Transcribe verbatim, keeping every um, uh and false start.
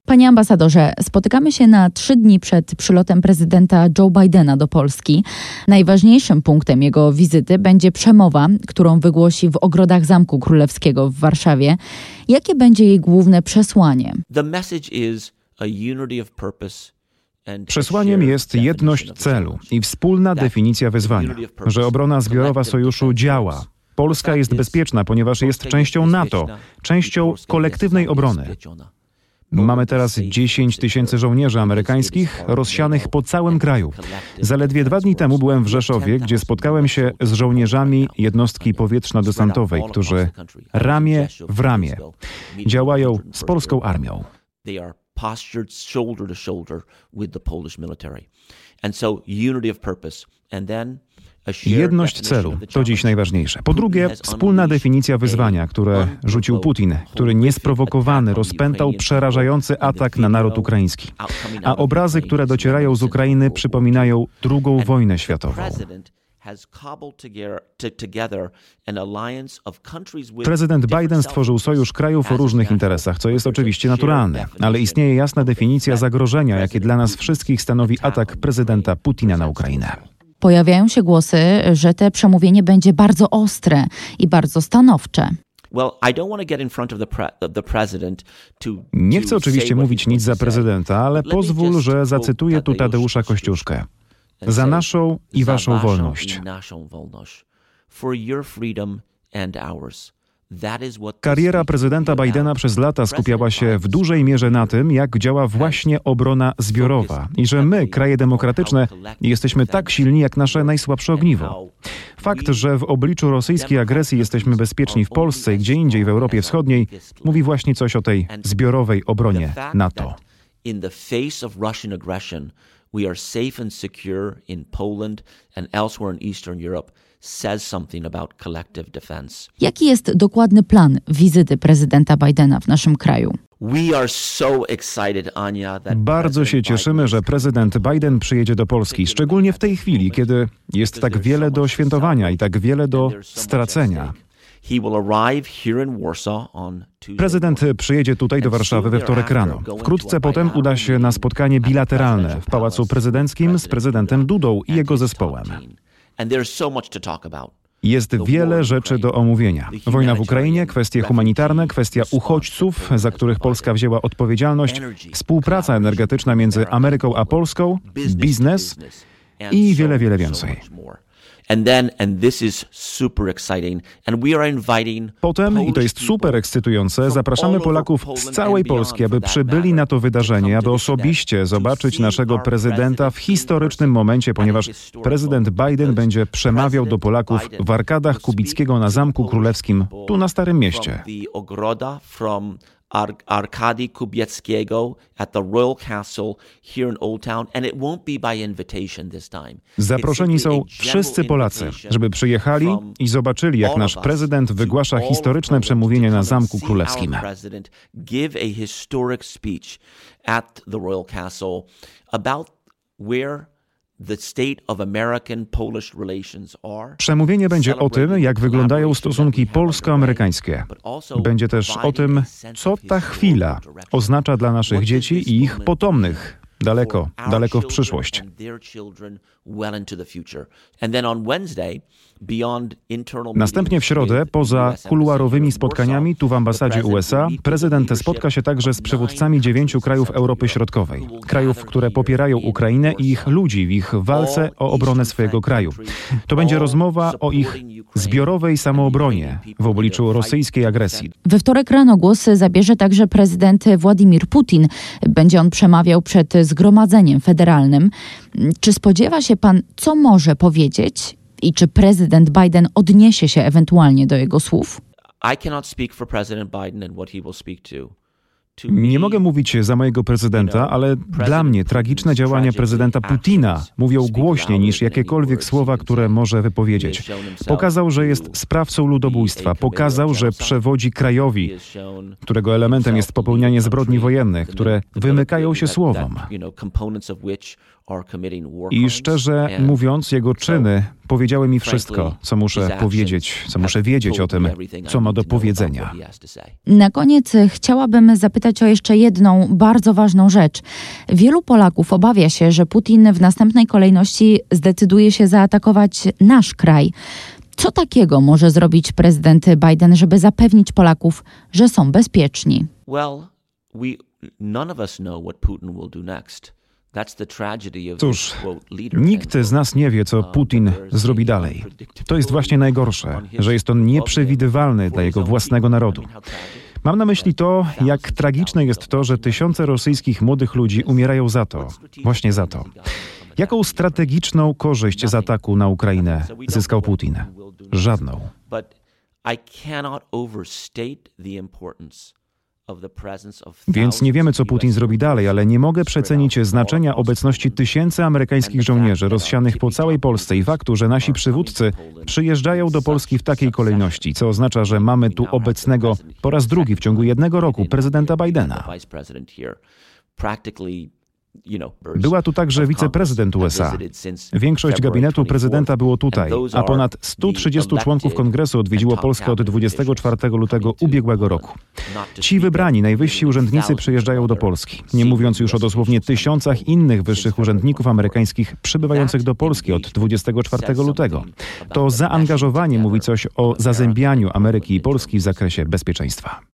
Panie ambasadorze, spotykamy się na trzy dni przed przylotem prezydenta Joe Bidena do Polski. Najważniejszym punktem jego wizyty będzie przemowa, którą wygłosi w ogrodach Zamku Królewskiego w Warszawie. Jakie będzie jej główne przesłanie? Przesłaniem jest jedność celu i wspólna definicja wyzwania, że obrona zbiorowa sojuszu działa. Polska jest bezpieczna, ponieważ jest częścią NATO, częścią kolektywnej obrony. Mamy teraz dziesięć tysięcy żołnierzy amerykańskich rozsianych po całym kraju. Zaledwie dwa dni temu byłem w Rzeszowie, gdzie spotkałem się z żołnierzami jednostki powietrzno-desantowej, którzy ramię w ramię działają z polską armią. Postured shoulder to shoulder with the Polish military. And so unity of purpose and then Jedność celu to dziś najważniejsze. Po drugie, wspólna definicja wyzwania, które rzucił Putin, który niesprowokowany rozpętał przerażający atak na naród ukraiński. A obrazy, które docierają z Ukrainy, przypominają drugą wojnę światową. Prezydent Biden stworzył sojusz krajów o różnych interesach, co jest oczywiście naturalne, ale istnieje jasna definicja zagrożenia, jakie dla nas wszystkich stanowi atak prezydenta Putina na Ukrainę. Pojawiają się głosy, że to przemówienie będzie bardzo ostre i bardzo stanowcze. Nie chcę oczywiście mówić nic za prezydenta, ale pozwól, że zacytuję tu Tadeusza Kościuszkę. Za naszą i waszą wolność. Kariera prezydenta Bidena przez lata skupiała się w dużej mierze na tym, jak działa właśnie obrona zbiorowa i że my, kraje demokratyczne, jesteśmy tak silni jak nasze najsłabsze ogniwo. Fakt, że w obliczu rosyjskiej agresji jesteśmy bezpieczni w Polsce i gdzie indziej w Europie Wschodniej, mówi właśnie coś o tej zbiorowej obronie NATO. We are safe and secure in Poland and elsewhere in Eastern Europe says something about collective defense. Jaki jest dokładny plan wizyty prezydenta Bidena w naszym kraju? We are so excited, Ania, that Bardzo się cieszymy, że prezydent Biden przyjedzie do Polski, szczególnie w tej chwili, kiedy jest tak wiele do świętowania i tak wiele do stracenia. Prezydent przyjedzie tutaj do Warszawy we wtorek rano. Wkrótce potem uda się na spotkanie bilateralne w Pałacu Prezydenckim z prezydentem Dudą i jego zespołem. Jest wiele rzeczy do omówienia. Wojna w Ukrainie, kwestie humanitarne, kwestia uchodźców, za których Polska wzięła odpowiedzialność, współpraca energetyczna między Ameryką a Polską, biznes i wiele, wiele więcej. Potem, i to jest super ekscytujące, zapraszamy Polaków z całej Polski, aby przybyli na to wydarzenie, aby osobiście zobaczyć naszego prezydenta w historycznym momencie, ponieważ prezydent Biden będzie przemawiał do Polaków w arkadach Kubickiego na Zamku Królewskim, tu na Starym Mieście. Arkadii Kubieckiego at the Royal Castle here in Old Town, and it won't be by invitation this time. Zaproszeni są wszyscy Polacy, żeby przyjechali i zobaczyli, jak nasz prezydent wygłasza historyczne przemówienie na Zamku Królewskim. Give a historic speech at the Royal Castle about where the state of American-Polish relations are. Przemówienie będzie o tym, jak wyglądają stosunki polsko-amerykańskie. Będzie też o tym, co ta chwila oznacza dla naszych dzieci i ich potomnych. Daleko, daleko w przyszłość. Następnie w środę, poza kuluarowymi spotkaniami tu w ambasadzie U S A, prezydent spotka się także z przywódcami dziewięciu krajów Europy Środkowej. Krajów, które popierają Ukrainę i ich ludzi w ich walce o obronę swojego kraju. To będzie rozmowa o ich zbiorowej samoobronie w obliczu rosyjskiej agresji. We wtorek rano głos zabierze także prezydent Władimir Putin. Będzie on przemawiał przed Zgromadzeniem Federalnym. Czy spodziewa się pan, co może powiedzieć i czy prezydent Biden odniesie się ewentualnie do jego słów? I cannot speak for President Biden and what he will speak to. Nie mogę mówić za mojego prezydenta, ale dla mnie tragiczne działania prezydenta Putina mówią głośniej niż jakiekolwiek słowa, które może wypowiedzieć. Pokazał, że jest sprawcą ludobójstwa. Pokazał, że przewodzi krajowi, którego elementem jest popełnianie zbrodni wojennych, które wymykają się słowom. I szczerze mówiąc, jego czyny powiedziały mi wszystko, co muszę powiedzieć, co muszę wiedzieć o tym, co ma do powiedzenia. Na koniec chciałabym zapytać o jeszcze jedną bardzo ważną rzecz. Wielu Polaków obawia się, że Putin w następnej kolejności zdecyduje się zaatakować nasz kraj. Co takiego może zrobić prezydent Biden, żeby zapewnić Polaków, że są bezpieczni? Well, we none of us know what Putin will do next. Cóż, nikt z nas nie wie, co Putin zrobi dalej. To jest właśnie najgorsze, że jest on nieprzewidywalny dla jego własnego narodu. Mam na myśli to, jak tragiczne jest to, że tysiące rosyjskich młodych ludzi umierają za to, właśnie za to. Jaką strategiczną korzyść z ataku na Ukrainę zyskał Putin? Żadną. Więc nie wiemy, co Putin zrobi dalej, ale nie mogę przecenić znaczenia obecności tysięcy amerykańskich żołnierzy rozsianych po całej Polsce i faktu, że nasi przywódcy przyjeżdżają do Polski w takiej kolejności, co oznacza, że mamy tu obecnego po raz drugi w ciągu jednego roku prezydenta Bidena. Była tu także wiceprezydent U S A. Większość gabinetu prezydenta było tutaj, a ponad stu trzydziestu członków kongresu odwiedziło Polskę od dwudziestego czwartego lutego ubiegłego roku. Ci wybrani najwyżsi urzędnicy przyjeżdżają do Polski, nie mówiąc już o dosłownie tysiącach innych wyższych urzędników amerykańskich przybywających do Polski od dwudziestego czwartego lutego. To zaangażowanie mówi coś o zazębianiu Ameryki i Polski w zakresie bezpieczeństwa.